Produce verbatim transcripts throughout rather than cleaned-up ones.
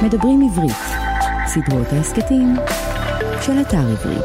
מדברים עברית, סדרות ההסקטים של אתר עברית.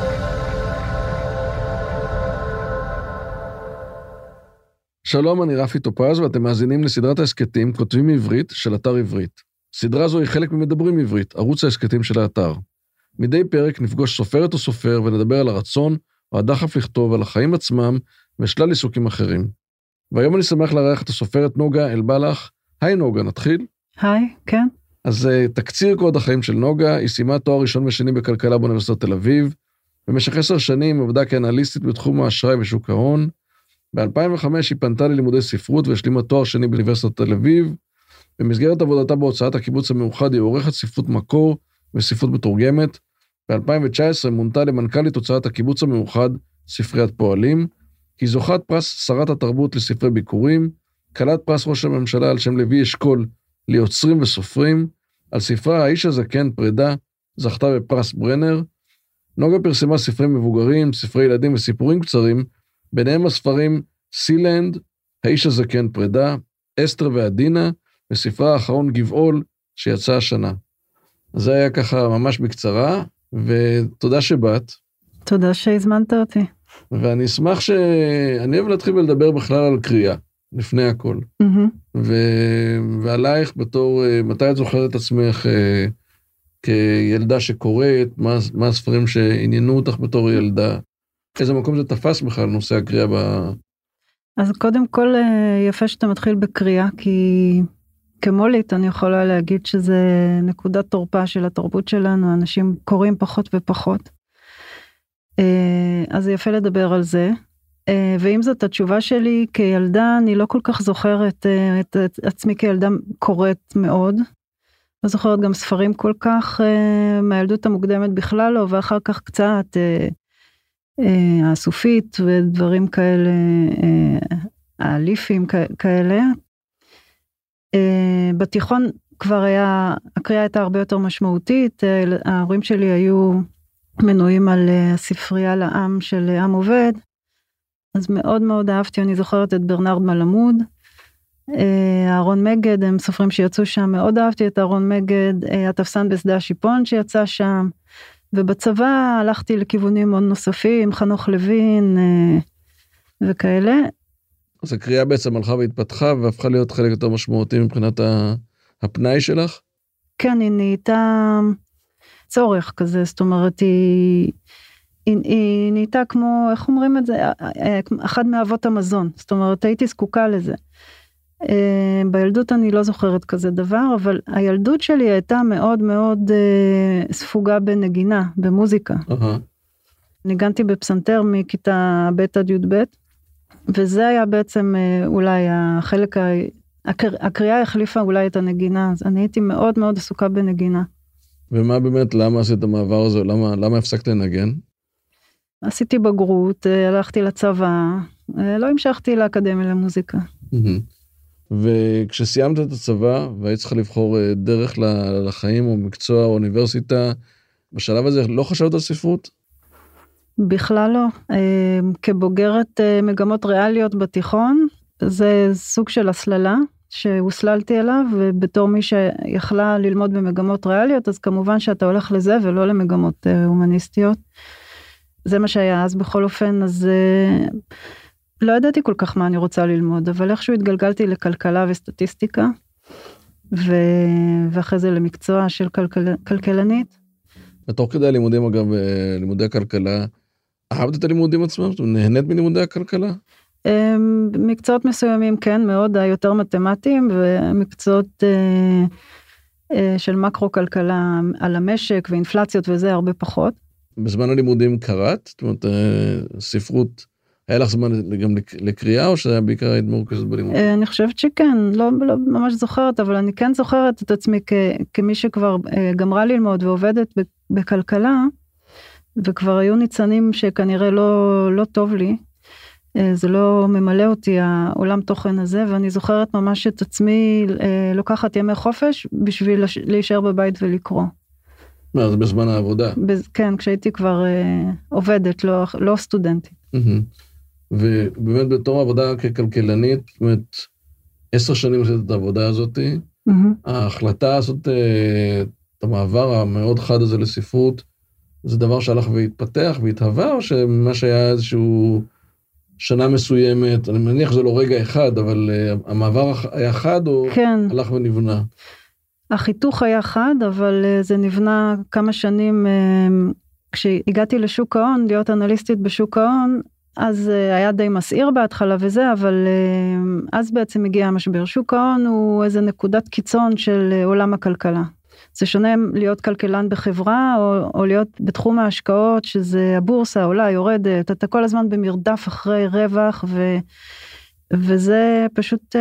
שלום, אני רפי טופז ואתם מאזינים לסדרת ההסקטים כותבים עברית של אתר עברית. סדרה זו היא חלק ממדברים עברית, ערוץ ההסקטים של האתר. מדי פרק נפגוש סופרת או סופר ונדבר על הרצון או הדחף לכתוב, על החיים עצמם ושלל עיסוקים אחרים. והיום אני שמח לארח את הסופרת נוגה אלבלח. היי נוגה, נתחיל? היי, כן. אז תקציר קוד החיים של נוגה, היא סיימה תואר ראשון ושני בכלכלה באוניברסיטת תל אביב, במשך עשר שנים עבדה כאנליסטית בתחום האשראי ושוק ההון. ב-אלפיים וחמש היא פנתה ללימודי ספרות והשלימה תואר שני באוניברסיטת תל אביב. במסגרת עבודתה בהוצאת הקיבוץ המאוחד היא עורכת ספרות מקור וספרות מתורגמת. ב-אלפיים תשע עשרה מונתה למנכ"לית הוצאת הקיבוץ המאוחד ספריית פועלים. היא זוכת פרס שרת התרבות לספרי ביקורים, כלת פרס ראש הממשלה על שם לוי אשכול ליוצרים וסופרים. על ספרה האיש הזקן פרידה זכתה בפרס ברנר. נוגה פרסמה ספרים מבוגרים, ספרי ילדים וסיפורים קצרים, ביניהם הספרים סילנד, האיש הזקן פרידה, אסתר ועדינה, וספרה האחרון גבעול שיצא השנה. זה היה ככה ממש בקצרה, ותודה שבאת. תודה שהזמנת אותי. ואני אשמח ש... אני אוהב להתחיל לדבר בכלל על קריאה, לפני הכל. Mm-hmm. ו... ועלייך בתור, מתי את זוכרת את עצמך אה, כילדה שקוראת, מה, מה הספרים שעניינו אותך בתור ילדה? איזה מקום זה תפס בכלל נושא הקריאה ב... אז קודם כל יפה שאתה מתחיל בקריאה, כי כמולית אני יכולה להגיד שזה נקודת תורפה של התרבות שלנו, אנשים קוראים פחות ופחות. אז יפה לדבר על זה. ועם זאת התשובה שלי כילדה, אני לא כל כך זוכרת את עצמי כילדה קוראת מאוד. לא זוכרת גם ספרים כל כך מהילדות המוקדמת בכלל לא, ואחר כך קצת... הסופית ודברים כאלה, האליפים כאלה. בתיכון כבר היה, הקריאה הייתה הרבה יותר משמעותית, ההורים שלי היו מנויים על הספרייה לעם של עם עובד, אז מאוד מאוד אהבתי, אני זוכרת את ברנרד מלמוד, אהרון מגד, הם סופרים שיצאו שם, מאוד אהבתי את אהרון מגד, התפסן בשדה השיפון שיצא שם, ובצבא הלכתי לכיוונים מאוד נוספים, חנוך לוין וכאלה. אז הקריאה בעצם הלכה והתפתחה, והפכה להיות חלק יותר משמעותי מבחינת הפנאי שלך? כן, היא נהייתה צורך כזה, זאת אומרת, היא, היא, היא נהייתה כמו, איך אומרים את זה? אחד מאבות המזון, זאת אומרת, הייתי זקוקה לזה. בילדות אני לא זוכרת כזה דבר, אבל הילדות שלי הייתה מאוד מאוד ספוגה בנגינה, במוזיקה. Uh-huh. ניגנתי בפסנתר מכיתה ב' עד י' ב', וזה היה בעצם אולי החלק, הקריאה החליפה אולי את הנגינה, אז אני הייתי מאוד מאוד עסוקה בנגינה. ומה באמת, למה עשית המעבר הזה, למה, למה הפסקת לנגן? עשיתי בגרות, הלכתי לצבא, לא המשכתי לאקדמיה למוזיקה. Mm-hmm. וכשסיימת את הצבא, והיית צריכה לבחור דרך לחיים או מקצוע או אוניברסיטה, בשלב הזה לא חשבת על ספרות? בכלל לא. כבוגרת מגמות ריאליות בתיכון, זה סוג של הסללה שהוסללתי אליו, ובתור מי שיכלה ללמוד במגמות ריאליות, אז כמובן שאתה הולך לזה ולא למגמות הומניסטיות. זה מה שהיה אז בכל אופן, אז... לא ידעתי כל כך מה אני רוצה ללמוד, אבל איכשהו התגלגלתי לכלכלה וסטטיסטיקה, ו... ואחרי זה למקצוע של כלכל... כלכלנית. ותוך כדי הלימודים, אגב, לימודי הכלכלה, אהבת את הלימודים עצמם? נהנית מלימודי הכלכלה? מקצועות מסוימים, כן, מאוד, היותר מתמטיים, ומקצועות של מקרו-כלכלה על המשק, ואינפלציות וזה הרבה פחות. בזמן הלימודים קראת? זאת אומרת, ספרות... היה לך זמן גם לקריאה, או שזה היה בעיקר היית מורכזת בלימוד? אני חושבת שכן, לא, לא ממש זוכרת, אבל אני כן זוכרת את עצמי כ, כמי שכבר גמרה ללמוד ועובדת בכלכלה, וכבר היו ניצנים שכנראה לא, לא טוב לי, זה לא ממלא אותי העולם תוכן הזה, ואני זוכרת ממש את עצמי לוקחת ימי חופש, בשביל להישאר בבית ולקרוא. מה, זה בזמן העבודה? כן, כשהייתי כבר עובדת, לא, לא סטודנטית. ובאמת בתור עבודה ככלכלנית, זאת אומרת, עשר שנים עשית את העבודה הזאת, ההחלטה הזאת, את המעבר המאוד חד הזה לספרות, זה דבר שהלך והתפתח והתהווה, או שמה שהיה איזשהו שנה מסוימת, אני מניח שזה לא רגע אחד, אבל המעבר היה חד או כן. הלך ונבנה? החיתוך היה חד, אבל זה נבנה כמה שנים, כשהגעתי לשוק ההון, להיות אנליסטית בשוק ההון, אז היה די מסעיר בהתחלה וזה, אבל אז בעצם הגיע המשבר. שוק ההון הוא איזה נקודת קיצון של עולם הכלכלה. זה שונה להיות כלכלן בחברה, או, או להיות בתחום ההשקעות, שזה הבורסה עולה, יורדת, אתה כל הזמן במרדף אחרי רווח, ו, וזה פשוט,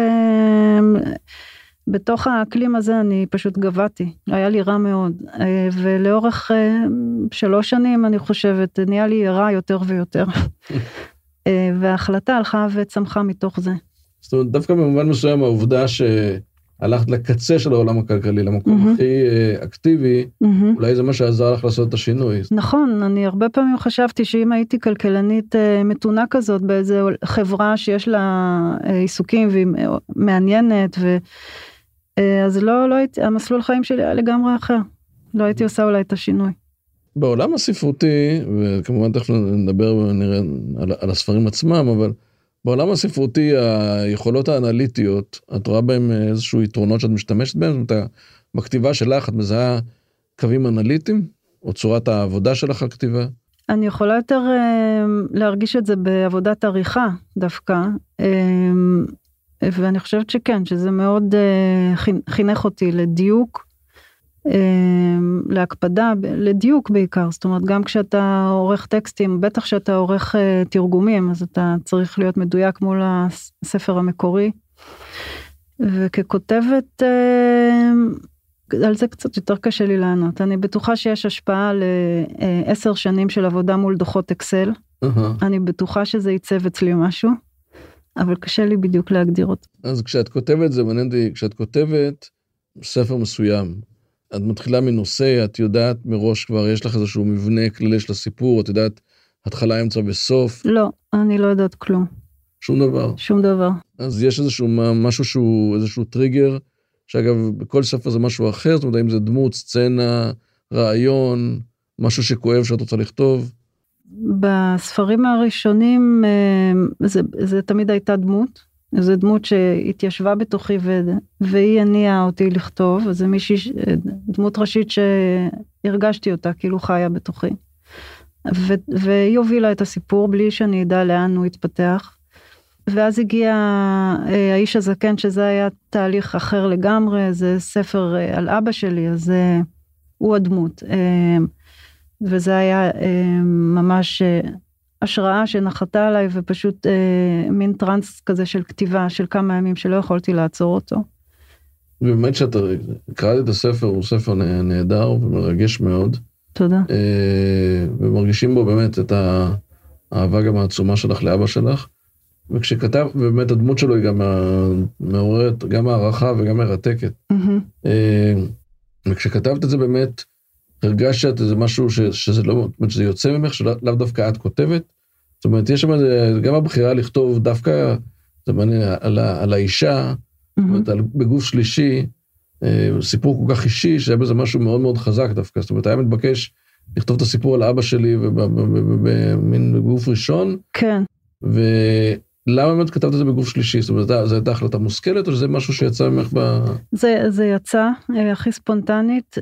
בתוך האקלים הזה אני פשוט גבעתי, היה לי רע מאוד, ולאורך שלוש שנים אני חושבת, נהיה לי רע יותר ויותר, וההחלטה הלכה וצמחה מתוך זה. זאת אומרת, דווקא במובן מסוים העובדה שהלכת לקצה של העולם הכלכלי, למקום הכי אקטיבי, אולי זה מה שעזר לך לעשות את השינוי. נכון, אני הרבה פעמים חשבתי שאם הייתי כלכלנית מתונה כזאת, באיזו חברה שיש לה עיסוקים והיא מעניינת, ו... אז לא, לא הייתי, המסלול חיים שלי היה לגמרי אחר. לא הייתי עושה אולי את השינוי. בעולם הספרותי, וכמובן תכף נדבר ונראה על, על הספרים עצמם, אבל בעולם הספרותי, היכולות האנליטיות, את רואה בהם איזשהו יתרונות שאת משתמשת בהם? זאת אומרת, בכתיבה שלך את מזהה קווים אנליטיים, או צורת העבודה שלך הכתיבה? אני יכולה יותר להרגיש את זה בעבודת עריכה דווקא, ואני חושבת שכן, שזה מאוד חינך אותי לדיוק, להקפדה, לדיוק בעיקר, זאת אומרת, גם כשאתה עורך טקסטים, בטח שאתה עורך תרגומים, אז אתה צריך להיות מדויק מול הספר המקורי, וככותבת, על זה קצת יותר קשה לי לענות, אני בטוחה שיש השפעה לעשר שנים של עבודה מול דוחות אקסל, אני בטוחה שזה ייצב אצלי משהו, אבל קשה לי בדיוק להגדיר אותו. אז כשאת כותבת, זה מעניין אותי, כשאת כותבת ספר מסוים, את מתחילה מנושא, את יודעת מראש כבר, יש לך איזשהו מבנה כללי של הסיפור, את יודעת התחלה, אמצע וסוף? לא, אני לא יודעת כלום. שום דבר? שום דבר. אז יש איזשהו משהו שהוא, איזשהו טריגר, שאגב, בכל ספר זה משהו אחר, זאת אומרת, אם זה דמות, סצנה, רעיון, משהו שכואב שאת רוצה לכתוב? בספרים הראשונים, זה, זה תמיד הייתה דמות, זו דמות שהתיישבה בתוכי ו... והיא הניעה אותי לכתוב, אז זה מישהי, דמות ראשית שהרגשתי אותה, כאילו חיה בתוכי. ו... והיא הובילה את הסיפור בלי שאני אדע לאן הוא התפתח. ואז הגיע האיש הזקן, שזה היה תהליך אחר לגמרי, זה ספר על אבא שלי, אז הוא הדמות. וזה היה ממש השראה שנחתה עליי, ופשוט אה, מין טרנס כזה של כתיבה, של כמה ימים שלא יכולתי לעצור אותו. ובאמת שאתה קראת את הספר, הוא ספר נהדר ומרגש מאוד. תודה. אה, ומרגישים בו באמת את האהבה גם העצומה שלך לאבא שלך. וכשכתב, ובאמת הדמות שלו היא גם מעוררת, גם הערכה וגם מרתקת. Mm-hmm. אה, וכשכתבת את זה באמת, הרגשת איזה משהו ש, שזה לא, שזה יוצא ממך, שלאו דווקא את כותבת. זאת אומרת, יש שם גם הבחירה לכתוב דווקא, זה מעניין, על, על האישה, mm-hmm. זאת אומרת, על, בגוף שלישי, סיפור כל כך אישי, שהיה בזה משהו מאוד מאוד חזק דווקא. זאת אומרת, היה מתבקש לכתוב את הסיפור על אבא שלי, במין גוף ראשון. כן. ולמה באמת כתבת את זה בגוף שלישי? זאת אומרת, זו הייתה החלטה מושכלת, או שזה משהו שיצא ממך ב... זה, זה יצא, הכי ספונטנית,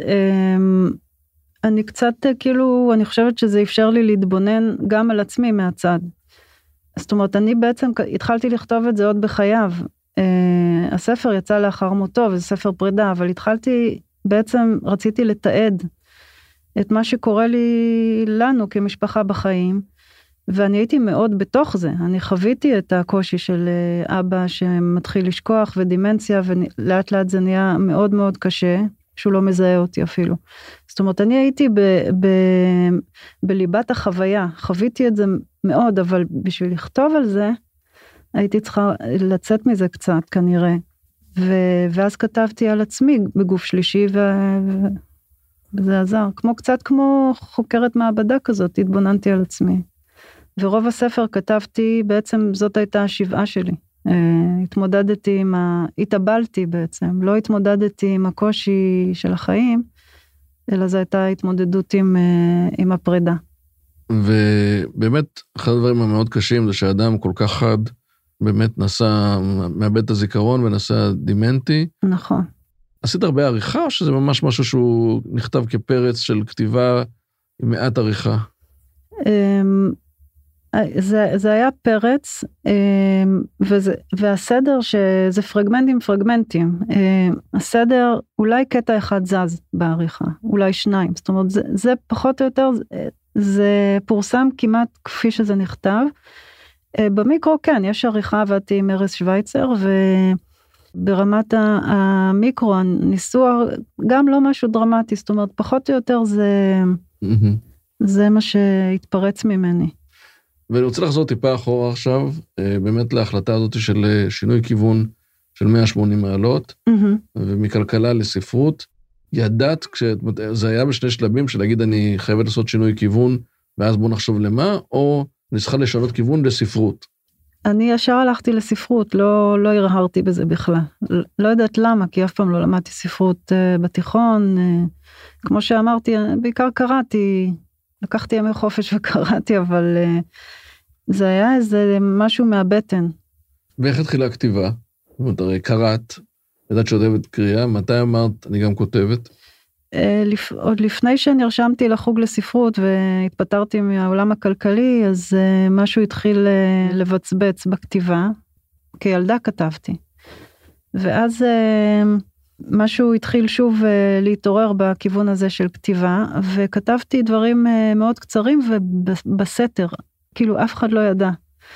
אני קצת כאילו, אני חושבת שזה אפשר לי להתבונן גם על עצמי מהצד. זאת אומרת, אני בעצם התחלתי לכתוב את זה עוד בחייו. הספר יצא לאחר מותו, וזה ספר פרידה, אבל התחלתי, בעצם רציתי לתעד את מה שקורה לי, לנו כמשפחה בחיים, ואני הייתי מאוד בתוך זה. אני חוויתי את הקושי של אבא שמתחיל לשכוח ודימנציה, ולאט לאט זה נהיה מאוד מאוד קשה, שהוא לא מזהה אותי אפילו. זאת אומרת, אני הייתי ב, ב, בליבת החוויה, חוויתי את זה מאוד, אבל בשביל לכתוב על זה, הייתי צריכה לצאת מזה קצת כנראה, ו, ואז כתבתי על עצמי בגוף שלישי, ו, וזה עזר, כמו קצת כמו חוקרת מעבדה כזאת, התבוננתי על עצמי. ורוב הספר כתבתי, בעצם זאת הייתה השבעה שלי, התמודדתי עם ה... התאבלתי בעצם, לא התמודדתי עם הקושי של החיים, אלא זו הייתה התמודדות עם, עם הפרידה. ובאמת, אחד הדברים המאוד קשים זה שהאדם כל כך חד, באמת נסע, מאבד את הזיכרון ונסע דימנטי. נכון. עשית הרבה עריכה, או שזה ממש משהו שהוא נכתב כפרץ של כתיבה עם מעט עריכה? זה, זה היה פרץ, וזה, והסדר שזה פרגמנטים פרגמנטים, הסדר אולי קטע אחד זז בעריכה, אולי שניים, זאת אומרת זה, זה פחות או יותר, זה פורסם כמעט כפי שזה נכתב, במיקרו כן, יש עריכה, עבדתי עם ארז שוויצר, וברמת המיקרו, הניסוח, גם לא משהו דרמטי, זאת אומרת, פחות או יותר זה, זה מה שהתפרץ ממני. ואני רוצה לחזור טיפה אחורה עכשיו, באמת להחלטה הזאת של שינוי כיוון של מאה ושמונים מעלות, ומכלכלה לספרות. ידעת, זה היה בשני שלבים של להגיד אני חייבת לעשות שינוי כיוון, ואז בוא נחשוב למה, או אני צריכה לשנות כיוון לספרות? אני ישר הלכתי לספרות, לא, לא הרהרתי בזה בכלל. לא יודעת למה, כי אף פעם לא למדתי ספרות בתיכון. כמו שאמרתי, בעיקר קראתי, לקחתי ימי חופש וקראתי, אבל זה היה איזה משהו מהבטן. ואיך התחילה הכתיבה? זאת אומרת, הרי קראת, ידעת שכותבת קריאה, מתי אמרת, אני גם כותבת? עוד לפני שנרשמתי לחוג לספרות והתפטרתי מהעולם הכלכלי, אז משהו התחיל לבצבץ בכתיבה, כילדה כתבתי. ואז משהו התחיל שוב להתעורר בכיוון הזה של כתיבה, וכתבתי דברים מאוד קצרים ובסתר, כאילו אף אחד לא ידע.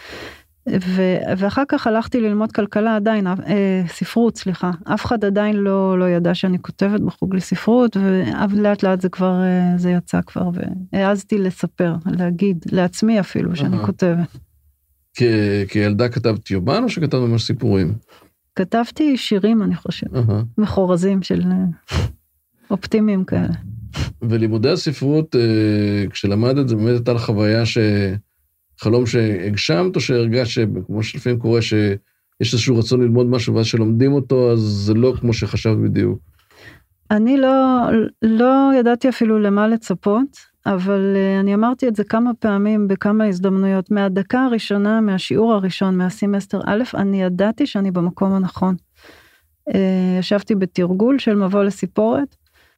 ו- ואחר כך הלכתי ללמוד כלכלה עדיין, אה, ספרות, סליחה, אף אחד עדיין לא, לא ידע שאני כותבת בחוג לספרות, ולאט לאט זה כבר, אה, זה יצא כבר, והעזתי לספר, להגיד, לעצמי אפילו, שאני Aha. כותבת. כ- כילדה כתבת יומן או שכתבת ממש סיפורים? כתבתי שירים, אני חושבת, Aha. מחורזים של אופטימיים כאלה. ולימודי הספרות, אה, כשלמדת, זה באמת הייתה לחוויה ש... חלום שהגשמת, או שהרגשת שכמו שלפעמים קורה שיש איזשהו רצון ללמוד משהו, ואז שלומדים אותו, אז זה לא כמו שחשבת בדיוק. אני לא, לא ידעתי אפילו למה לצפות, אבל אני אמרתי את זה כמה פעמים, בכמה הזדמנויות, מהדקה הראשונה, מהשיעור הראשון, מהסמסטר א', אני ידעתי שאני במקום הנכון. ישבתי בתרגול של מבוא לסיפורת,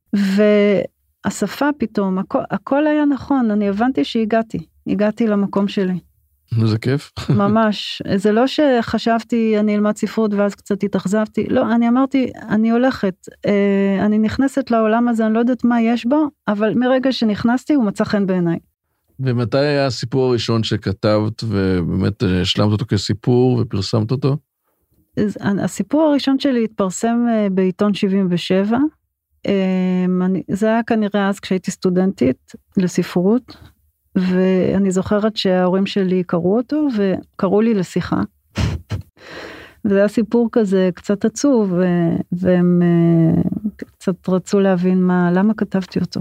והשפה פתאום, הכל, הכל היה נכון, אני הבנתי שהגעתי. הגעתי למקום שלי. זה כיף. ממש. זה לא שחשבתי אני אלמד ספרות ואז קצת התאכזבתי. לא, אני אמרתי, אני הולכת, אני נכנסת לעולם הזה, אני לא יודעת מה יש בו, אבל מרגע שנכנסתי הוא מצא חן בעיניי. ומתי היה הסיפור הראשון שכתבת ובאמת השלמת אותו כסיפור ופרסמת אותו? הסיפור הראשון שלי התפרסם בעיתון שבעים ושבע. זה היה כנראה אז כשהייתי סטודנטית לספרות, ואני זוכרת שההורים שלי קראו אותו, וקראו לי לשיחה. וזה היה סיפור כזה קצת עצוב, והם קצת רצו להבין מה, למה כתבתי אותו.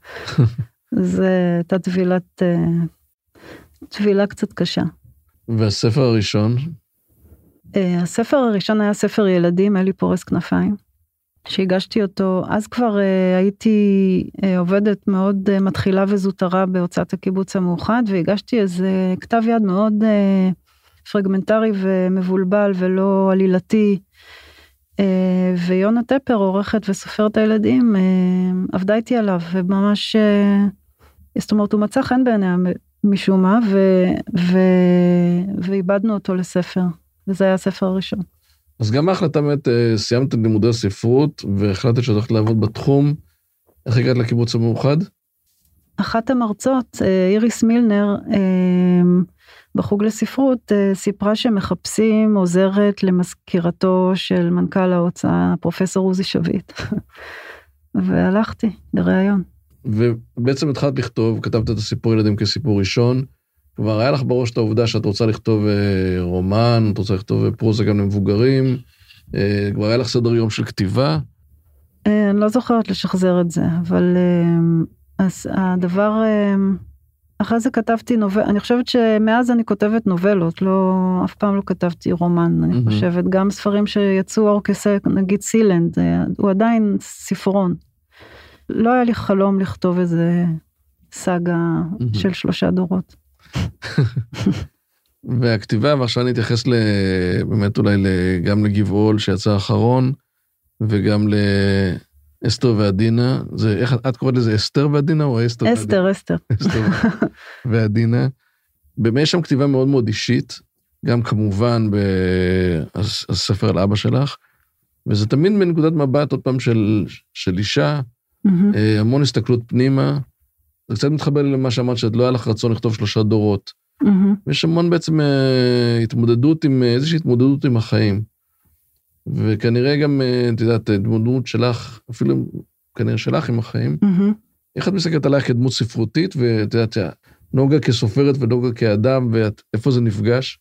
זה הייתה תבילת, תבילה קצת קשה. והספר הראשון? הספר הראשון היה ספר ילדים, אלי פורס כנפיים. שהגשתי אותו, אז כבר uh, הייתי uh, עובדת מאוד uh, מתחילה וזוטרה בהוצאת הקיבוץ המאוחד, והגשתי איזה כתב יד מאוד uh, פרגמנטרי ומבולבל ולא עלילתי, uh, ויונה טפר, עורכת וסופרת הילדים, uh, עבדה איתי עליו, וממש, uh, זאת אומרת, הוא מצא חן בעיניה משום מה, ו- ו- ואיבדנו אותו לספר, וזה היה הספר הראשון. אז גם ההחלטה באמת, סיימת את לימודי הספרות, והחלטת שאת הולכת לעבוד בתחום, איך הגעת לקיבוץ המאוחד? אחת המרצות, איריס מילנר, בחוג לספרות, סיפרה שמחפשים עוזרת למזכירתו של מנכ"ל ההוצאה, פרופסור עוזי שביט. והלכתי לראיון. ובעצם התחלת לכתוב, כתבת את הסיפור ילדים כסיפור ראשון, כבר היה לך בראש את העובדה שאת רוצה לכתוב רומן, את רוצה לכתוב פרוזה גם למבוגרים, כבר היה לך סדר יום של כתיבה? אני לא זוכרת לשחזר את זה, אבל הדבר, אחרי זה כתבתי נובל, אני חושבת שמאז אני כותבת נובלות, לא, אף פעם לא כתבתי רומן, אני Mm-hmm. חושבת, גם ספרים שיצאו אור כסה, נגיד סילנד, הוא עדיין ספרון. לא היה לי חלום לכתוב איזה סאגה Mm-hmm. של שלושה דורות. והכתיבה, ועכשיו אני אתייחס באמת אולי גם לגבעול שיצא האחרון, וגם לאסתר ועדינה, זה, איך את קוראת לזה, אסתר ועדינה או אסתר? אסתר, אסתר. אסתר ועדינה. באמת יש שם כתיבה מאוד מאוד אישית, גם כמובן בספר על אבא שלך, וזה תמיד מנקודת מבט עוד פעם של, של אישה, המון הסתכלות פנימה, זה קצת מתחבר לי למה שאמרת, שאת לא היה לך רצון לכתוב שלושה דורות, ויש המון בעצם התמודדות עם, איזושהי התמודדות עם החיים, וכנראה גם, את יודעת, התמודדות שלך, אפילו כנראה שלך עם החיים, איך את מסתכלת עלייך כדמות ספרותית, ואת יודעת, נוגה כסופרת ונוגה כאדם, ואיפה זה נפגש?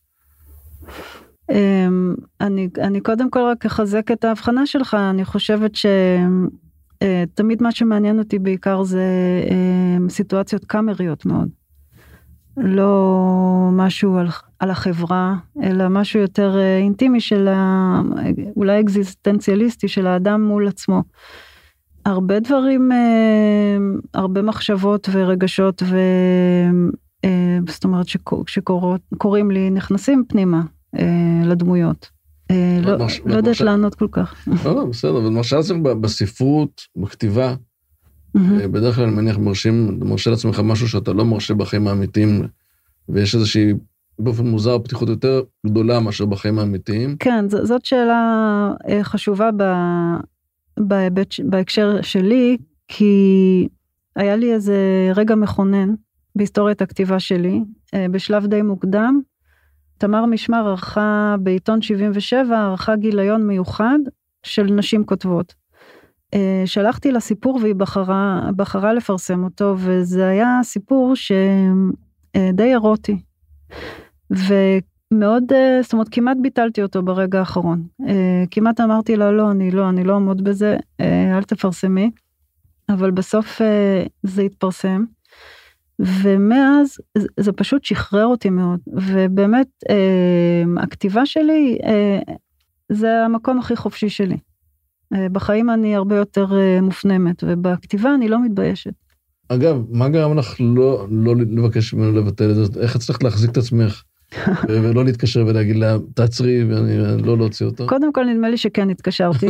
אני, אני קודם כל רק אחזק את ההבחנה שלך, אני חושבת שתמיד מה שמעניין אותי בעיקר זה סיטואציות קאמריות מאוד. לא משהו על, על החברה, אלא משהו יותר אינטימי של, ה, אולי אקזיסטנציאליסטי של האדם מול עצמו. הרבה דברים, הרבה מחשבות ורגשות, ו, זאת אומרת שקוראים לי, נכנסים פנימה לדמויות. לא, לא יודעת לענות כל כך. לא, לא, בסדר, אבל מרשה לעצמך בספרות, בכתיבה, בדרך כלל אני מניח מרשים, מרשה לעצמך משהו שאתה לא מרשה בחיים האמיתיים, ויש איזושהי, באופן מוזר, פתיחות יותר גדולה מאשר בחיים האמיתיים. כן, זאת שאלה חשובה בהיבט, בהקשר שלי, כי היה לי איזה רגע מכונן בהיסטוריית הכתיבה שלי, בשלב די מוקדם, תמר משמר ערכה בעיתון שבעים ושבע, ערכה גיליון מיוחד של נשים כותבות. שלחתי לה סיפור והיא בחרה, בחרה לפרסם אותו, וזה היה סיפור שדי אירוטי, ומאוד, זאת אומרת, כמעט ביטלתי אותו ברגע האחרון, כמעט אמרתי לה, לא, אני לא, אני לא עמוד בזה, אל תפרסמי, אבל בסוף זה התפרסם, ומאז זה פשוט שחרר אותי מאוד, ובאמת הכתיבה שלי זה המקום הכי חופשי שלי. בחיים אני הרבה יותר מופנמת, ובכתיבה אני לא מתביישת. אגב, מה גרם לך לא, לא לבקש ממנו לבטל את זה? איך הצלחת להחזיק את עצמך, ולא להתקשר ולהגיד לה, תעצרי, ואני לא להוציא אותו? קודם כל נדמה לי שכן התקשרתי,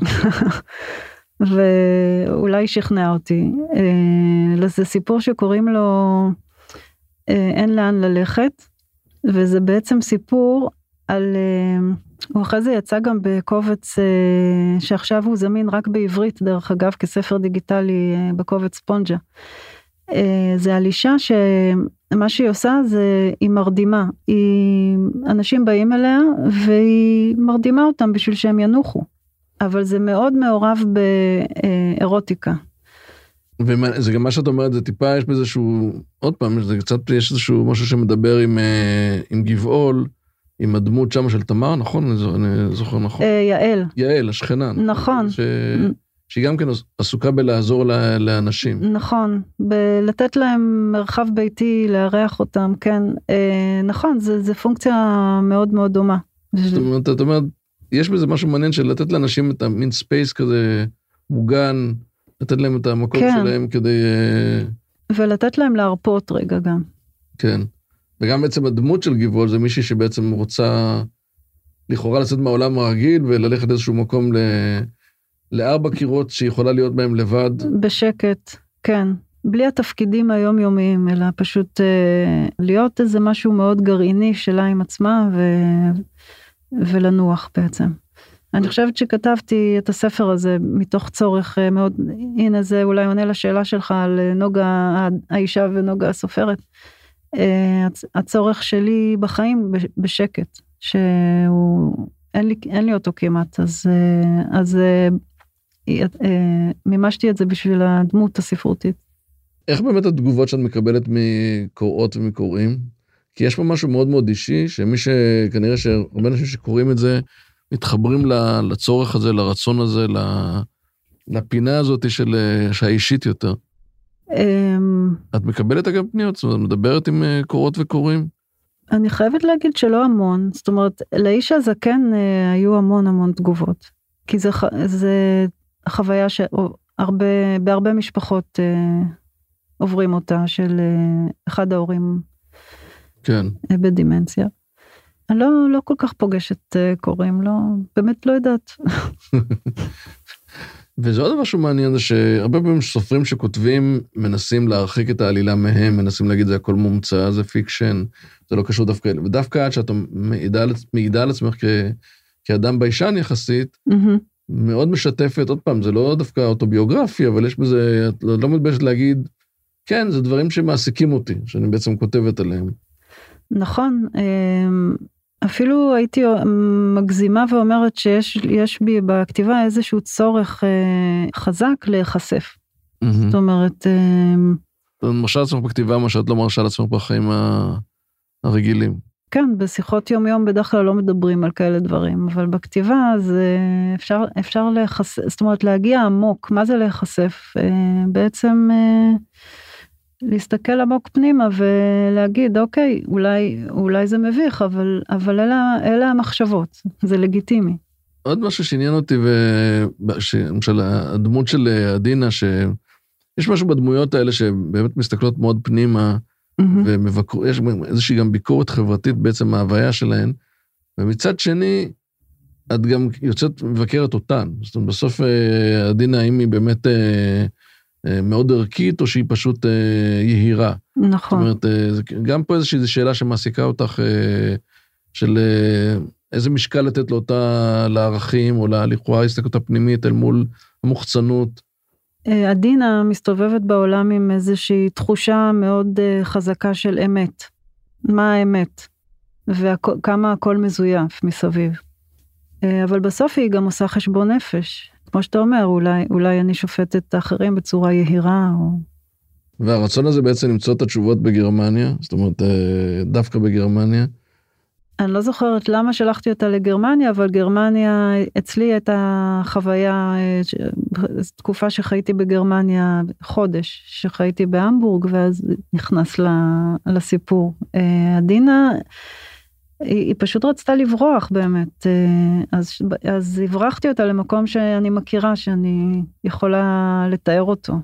ואולי שכנע אותי. זה סיפור שקוראים לו, אין לאן ללכת, וזה בעצם סיפור על, הוא אחרי זה יצא גם בקובץ, שעכשיו הוא זמין רק בעברית, דרך אגב, כספר דיגיטלי בקובץ ספונג'ה. זה על אישה שמה שהיא עושה זה, היא מרדימה, היא, אנשים באים אליה, והיא מרדימה אותם בשביל שהם ינוחו. אבל זה מאוד מעורב באירוטיקה. וזה גם מה שאת אומרת, זה טיפה, יש באיזשהו, עוד פעם, זה קצת, יש איזשהו משהו שמדבר עם, עם גבעול, עם הדמות שם של תמר, נכון? אני זוכר נכון. יעל. יעל, השכנה. נכון. ש... שהיא גם כן עסוקה בלעזור לאנשים. נכון, בלתת להם מרחב ביתי, לארח אותם, כן. נכון, זה, זה פונקציה מאוד מאוד דומה. זאת אומרת, את אומרת, יש בזה משהו מעניין של לתת לאנשים את המין ספייס כזה מוגן, לתת להם את המקום כן. שלהם כדי... ולתת להם להרפות רגע גם. כן. וגם בעצם הדמות של גבעול זה מישהי שבעצם רוצה לכאורה לצאת מהעולם הרגיל וללכת איזשהו מקום ל... לארבע קירות שיכולה להיות בהם לבד. בשקט, כן. בלי התפקידים היומיומיים, אלא פשוט אה, להיות איזה משהו מאוד גרעיני שלה עם עצמה ו... ולנוח בעצם. אני חושבת שכתבתי את הספר הזה מתוך צורך מאוד, הנה זה אולי עונה לשאלה שלך על נוגה האישה ונוגה הסופרת. הצורך שלי בחיים בשקט, שהוא, אין לי, אין לי אותו כמעט, אז, אז מימשתי את זה בשביל הדמות הספרותית. איך באמת התגובות שאת מקבלת מקוראות ומקוראים? כי יש פה משהו מאוד מאוד אישי, שמי שכנראה שהרבה אנשים שקוראים את זה, מתחברים לצורך הזה, לרצון הזה, לפינה הזאת של האישית יותר. את מקבלת אגב פניות? זאת אומרת, מדברת עם קורות וקוראים? אני חייבת להגיד שלא המון, זאת אומרת, לאיש הזקן היו המון המון תגובות, כי זה, זה חוויה שהרבה, בהרבה משפחות עוברים אותה, של אחד ההורים כן. בדימנציה. אני לא, לא כל כך פוגשת קוראים, לא, באמת לא יודעת. וזה עוד דבר שמעניין, זה שהרבה פעמים סופרים שכותבים, מנסים להרחיק את העלילה מהם, מנסים להגיד זה הכל מומצא, זה פיקשן, זה לא קשור דווקא, ודווקא עד שאתה מעידה, מעידה על עצמך כ, כאדם ביישן יחסית, mm-hmm. מאוד משתפת, עוד פעם, זה לא דווקא אוטוביוגרפי, אבל יש בזה, את לא, לא מתביישת להגיד, כן, זה דברים שמעסיקים אותי, שאני בעצם כותבת עליהם. נכון, אפילו הייתי מגזימה ואומרת שיש יש בי בכתיבה איזשהו צורך חזק להיחשף. Mm-hmm. זאת אומרת... אתה מרשה לעצמך בכתיבה מה שאת לא מרשה לעצמך בחיים הרגילים. כן, בשיחות יום יום בדרך כלל לא מדברים על כאלה דברים, אבל בכתיבה זה אפשר, אפשר להיחשף, זאת אומרת להגיע עמוק, מה זה להיחשף? בעצם... להסתכל עמוק פנימה ולהגיד, אוקיי, אולי, אולי זה מביך, אבל, אבל אלה, אלה המחשבות, זה לגיטימי. עוד משהו שעניין אותי, למשל, הדמות של עדינה, שיש משהו בדמויות האלה שבאמת מסתכלות מאוד פנימה, mm-hmm. ויש איזושהי גם ביקורת חברתית בעצם מההוויה שלהן, ומצד שני, את גם יוצאת מבקרת אותן. זאת אומרת, בסוף עדינה, האם היא באמת... מאוד ערכית, או שהיא פשוט יהירה. נכון. זאת אומרת, גם פה איזושהי שאלה שמעסיקה אותך, של איזה משקל לתת לאותה לערכים, או לכאורה ההסתכלות הפנימית, אל מול המוחצנות. עדינה מסתובבת בעולם עם איזושהי תחושה מאוד חזקה של אמת. מה האמת? וכמה הכל מזויף מסביב. אבל בסוף היא גם עושה חשבון נפש. כמו שאתה אומר, אולי, אולי אני שופטת את האחרים בצורה יהירה. או... והרצון הזה בעצם למצוא את התשובות בגרמניה, זאת אומרת, דווקא בגרמניה. אני לא זוכרת למה שלחתי אותה לגרמניה, אבל גרמניה, אצלי הייתה חוויה, תקופה שחייתי בגרמניה, חודש, שחייתי בהמבורג, ואז נכנס לסיפור. עדינה... היא פשוט רצתה לברוח באמת, אז, אז הברחתי אותה למקום שאני מכירה, שאני יכולה לתאר אותו.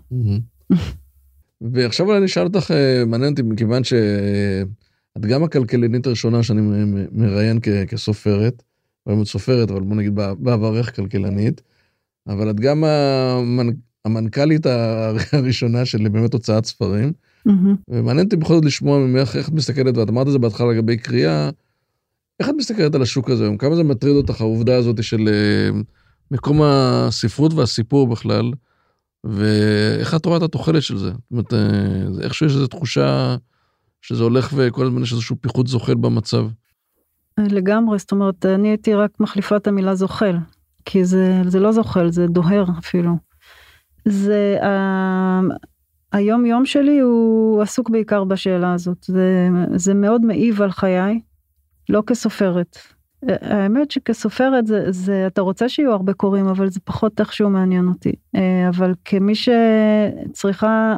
ועכשיו אני אשאל אותך, מעניין אותי, מכיוון שאת גם הכלכלנית הראשונה שאני מראיין כסופרת, באמת סופרת, אבל בוא נגיד בעברך כלכלנית, אבל את גם המנכ"לית הראשונה של באמת הוצאת ספרים, ומעניין אותי בכל זאת לשמוע ממך, איך את מסתכלת, ואת אמרת את זה בהתחלה לגבי קריאה, איך את מסתכלת על השוק הזה? כמה זה מטריד אותך העובדה הזאת של מקום הספרות והסיפור בכלל, ואיך את רואה את התוחלת של זה? זאת אומרת, איכשהו יש איזו תחושה שזה הולך וכל הזמן יש איזשהו פיחות זוחל במצב. לגמרי, זאת אומרת, אני הייתי רק מחליפה את המילה זוחל, כי זה, זה לא זוחל, זה דוהר אפילו. זה, ה... היום יום שלי הוא עסוק בעיקר בשאלה הזאת, זה, זה מאוד מעיב על חיי, לא כסופרת. האמת שכסופרת זה, זה, אתה רוצה שיהיו הרבה קוראים, אבל זה פחות איכשהו מעניין אותי. אבל כמי שצריכה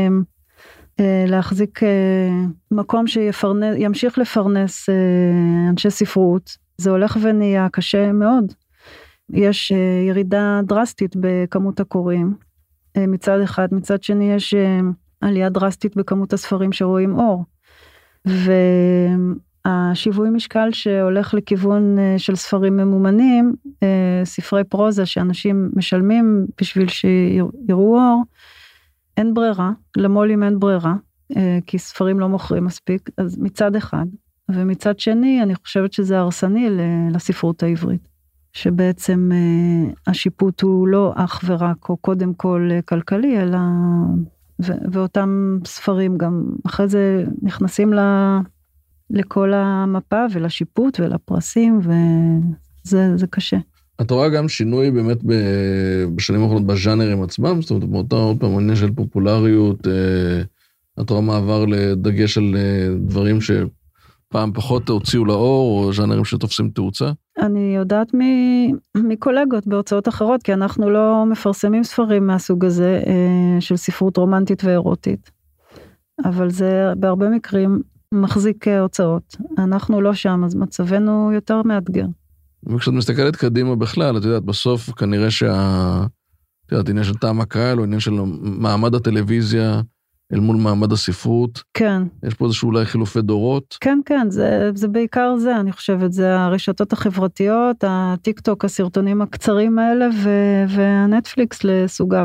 להחזיק מקום שימשיך לפרנס אנשי ספרות, זה הולך ונהיה קשה מאוד. יש ירידה דרסטית בכמות הקוראים, מצד אחד, מצד שני יש עלייה דרסטית בכמות הספרים שרואים אור. ו... השיווי משקל שהולך לכיוון של ספרים ממומנים, ספרי פרוזה שאנשים משלמים בשביל שיראו אור, אין ברירה, למולים אין ברירה, כי ספרים לא מוכרים מספיק, אז מצד אחד, ומצד שני אני חושבת שזה הרסני לספרות העברית, שבעצם השיפוט הוא לא אך ורק או קודם כל כלכלי, אלא, ואותם ספרים גם אחרי זה נכנסים ל... לכל המפה ולשיפוט ולפרסים, וזה זה קשה. את רואה גם שינוי באמת בשנים האחרונות בז'אנרים עצמם, זאת אומרת, מאותה עוד פעם עניין של פופולריות, את רואה מעבר לדגש על דברים שפעם פחות הוציאו לאור, או ז'אנרים שתופסים תאוצה? אני יודעת מקולגות בהוצאות אחרות, כי אנחנו לא מפרסמים ספרים מהסוג הזה, של ספרות רומנטית ואירוטית. אבל זה בהרבה מקרים מחזיק הוצאות. אנחנו לא שם, אז מצבנו יותר מאתגר. וכשאת מסתכלת קדימה בכלל, את יודעת, בסוף כנראה שה... את יודעת, עניין של טעם הקהל, או עניין של מעמד הטלוויזיה, אל מול מעמד הספרות. כן. יש פה איזשהו אולי חילופי דורות. כן, כן, זה, זה בעיקר זה, אני חושבת, זה הרשתות החברתיות, הטיק טוק, הסרטונים הקצרים האלה, ו- והנטפליקס לסוגיו.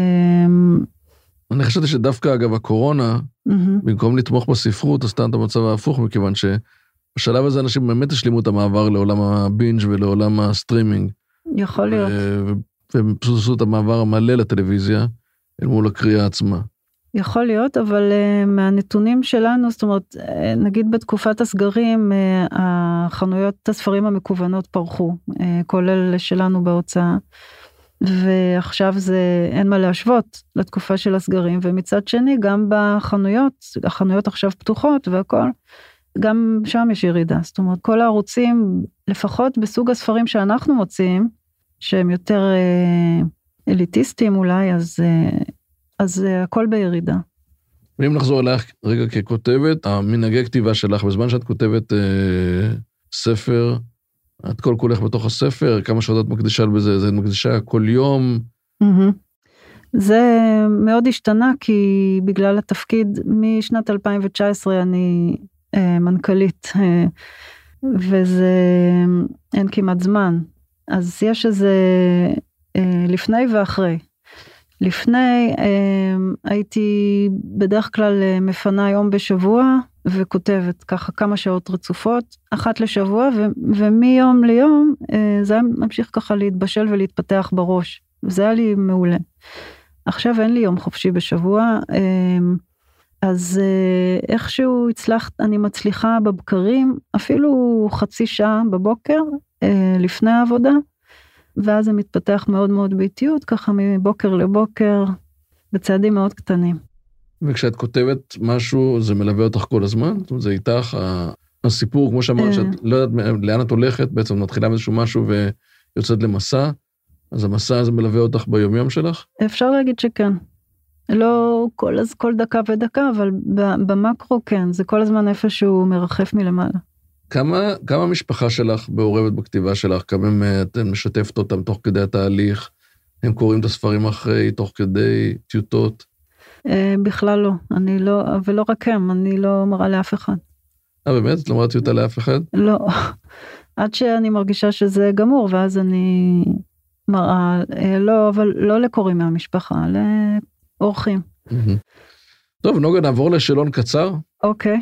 אני חשבתי שדווקא, אגב, הקורונה, mm-hmm. במקום לתמוך בספרות, עשתה את המצב ההפוך, מכיוון שבשלב הזה אנשים באמת השלימו את המעבר לעולם הבינג' ולעולם הסטרימינג. יכול להיות. ו- והם פשוט עשו את המעבר המלא לטלוויזיה, אל מול הקריאה עצמה. יכול להיות, אבל uh, מהנתונים שלנו, זאת אומרת, uh, נגיד בתקופת הסגרים, uh, החנויות הספרים המקוונות פרחו, uh, כולל שלנו בהוצאה, ועכשיו זה אין מה להשוות לתקופה של הסגרים, ומצד שני, גם בחנויות, החנויות עכשיו פתוחות והכל, גם שם יש ירידה, זאת אומרת, כל הערוצים, לפחות בסוג הספרים שאנחנו מוצאים, שהם יותר uh, אליטיסטים אולי, אז... Uh, אז הכל בירידה. ואם נחזור אלייך רגע ככותבת, המנהגי כתיבה שלך, בזמן שאת כותבת אה, ספר, את כל כולך בתוך הספר, כמה שעות את מקדישה בזה, זה מקדישה כל יום? Mm-hmm. זה מאוד השתנה, כי בגלל התפקיד, משנת אלפיים תשע עשרה אני אה, מנכ"לית, אה, וזה אין כמעט זמן. אז יש איזה אה, לפני ואחרי. לפני הייתי בדרך כלל מפנה יום בשבוע וכותבת ככה כמה שעות רצופות, אחת לשבוע, ומיום ליום זה היה ממשיך ככה להתבשל ולהתפתח בראש, וזה היה לי מעולה. עכשיו אין לי יום חופשי בשבוע, אז איכשהו הצלחת, אני מצליחה בבקרים, אפילו חצי שעה בבוקר לפני העבודה, ואז זה מתפתח מאוד מאוד באיטיות, ככה מבוקר לבוקר, בצעדים מאוד קטנים. וכשאת כותבת משהו, זה מלווה אותך כל הזמן? זאת אומרת, זה איתך, הסיפור, כמו שאמרת, שאת לא יודעת לאן את הולכת, בעצם מתחילה איזשהו משהו ויוצאת למסע, אז המסע הזה מלווה אותך ביומיום שלך? אפשר להגיד שכן. לא כל, כל דקה ודקה, אבל במקרו כן, זה כל הזמן איפשהו מרחף מלמעלה. כמה, כמה המשפחה שלך מעורבת בכתיבה שלך? כמה אתן משתפת אותם תוך כדי התהליך? הם קוראים את הספרים אחרי, תוך כדי טיוטות? בכלל לא. אני לא, ולא רק הם, אני לא מראה לאף אחד. אה, באמת? את לא מראה טיוטה לאף אחד? לא. עד שאני מרגישה שזה גמור, ואז אני מראה, לא, אבל לא לקוראים מהמשפחה, לאורחים. טוב, נוגה, נעבור לשאלון קצר. אוקיי.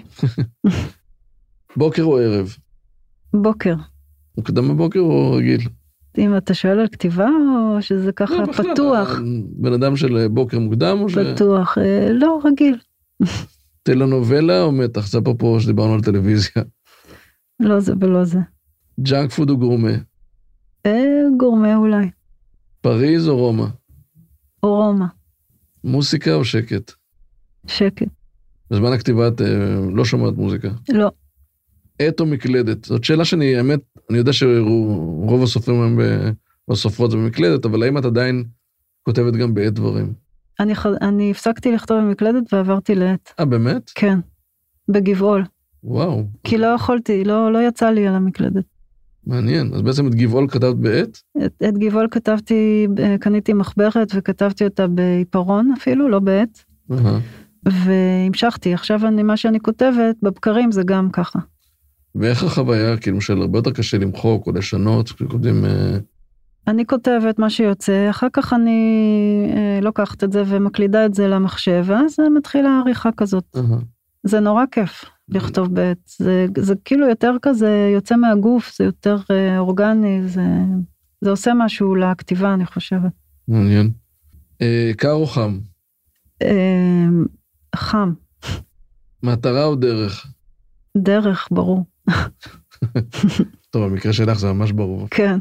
בוקר או ערב? בוקר. מוקדם בבוקר או רגיל? אם אתה שואל על כתיבה או שזה ככה לא, פתוח? בכלל, בן אדם של בוקר מוקדם או ש... פתוח, לא, רגיל. טלנובלה או מתח? זה פה שדיברנו על טלוויזיה. לא זה ולא זה. ג'אנק פוד או גורמה? גורמה אולי. פריז או רומא? או רומא. מוסיקה או שקט? שקט. בזמן הכתיבה את לא שומעת מוזיקה? לא. עת או מקלדת? זאת שאלה שאני, האמת, אני יודע שרוב הסופרים הם בסופרות זה במקלדת, אבל האם את עדיין כותבת גם בעת דברים? אני, אני הפסקתי לכתוב במקלדת ועברתי לעת. אה, באמת? כן. בגבעול. וואו. כי לא יכולתי, לא, לא יצא לי על המקלדת. מעניין. אז בעצם את גבעול כתבת בעת? את, את גבעול כתבתי, קניתי מחברת וכתבתי אותה בעיפרון אפילו, לא בעת. אהה. והמשכתי, עכשיו אני, מה שאני כותבת, בבקרים זה גם ככה. ואיך החוויה, כאילו של הרבה יותר קשה למחוק או לשנות, כשכותבים... אני כותבת מה שיוצא, אחר כך אני אה, לוקחת את זה ומקלידה את זה למחשב, ואז מתחילה העריכה כזאת. Uh-huh. זה נורא כיף לכתוב בעת, זה, זה כאילו יותר כזה יוצא מהגוף, זה יותר אה, אורגני, זה, זה עושה משהו לכתיבה, אני חושבת. מעניין. אה, קר או חם? אה, חם. מטרה או דרך? דרך, ברור. טוב, המקרה שלך זה ממש ברור. כן.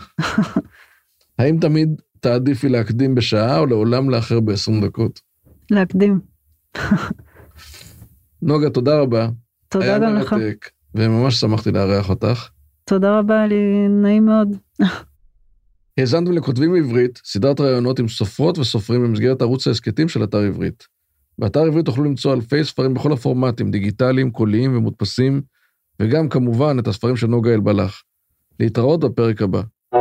האם תמיד תעדיפי להקדים בשעה או לעולם לאחר ב-עשרים דקות? להקדים. נוגה, תודה רבה. תודה גם לך. וממש שמחתי לארח אותך. תודה רבה, לי נעים מאוד. האזנתם לכותבים עברית, סדרת רעיונות עם סופרות וסופרים במסגרת ערוץ ההסכתים של אתר עברית. באתר עברית תוכלו למצוא אלפי ספרים בכל הפורמטים, דיגיטליים, קוליים ומודפסים, וגם כמובן את הספרים של נוגה אלבלח. להתראות בפרק הבא.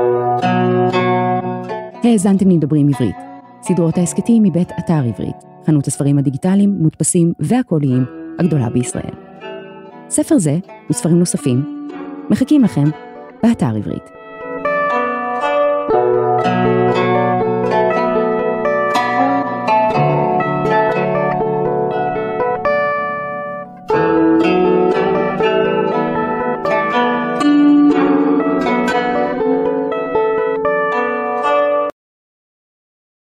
האזנתם לדברים עברית, סדרות ההסכתים מבית אתר עברית, חנות הספרים הדיגיטליים, מודפסים והקוליים הגדולה בישראל. ספר זה וספרים נוספים מחכים לכם באתר עברית.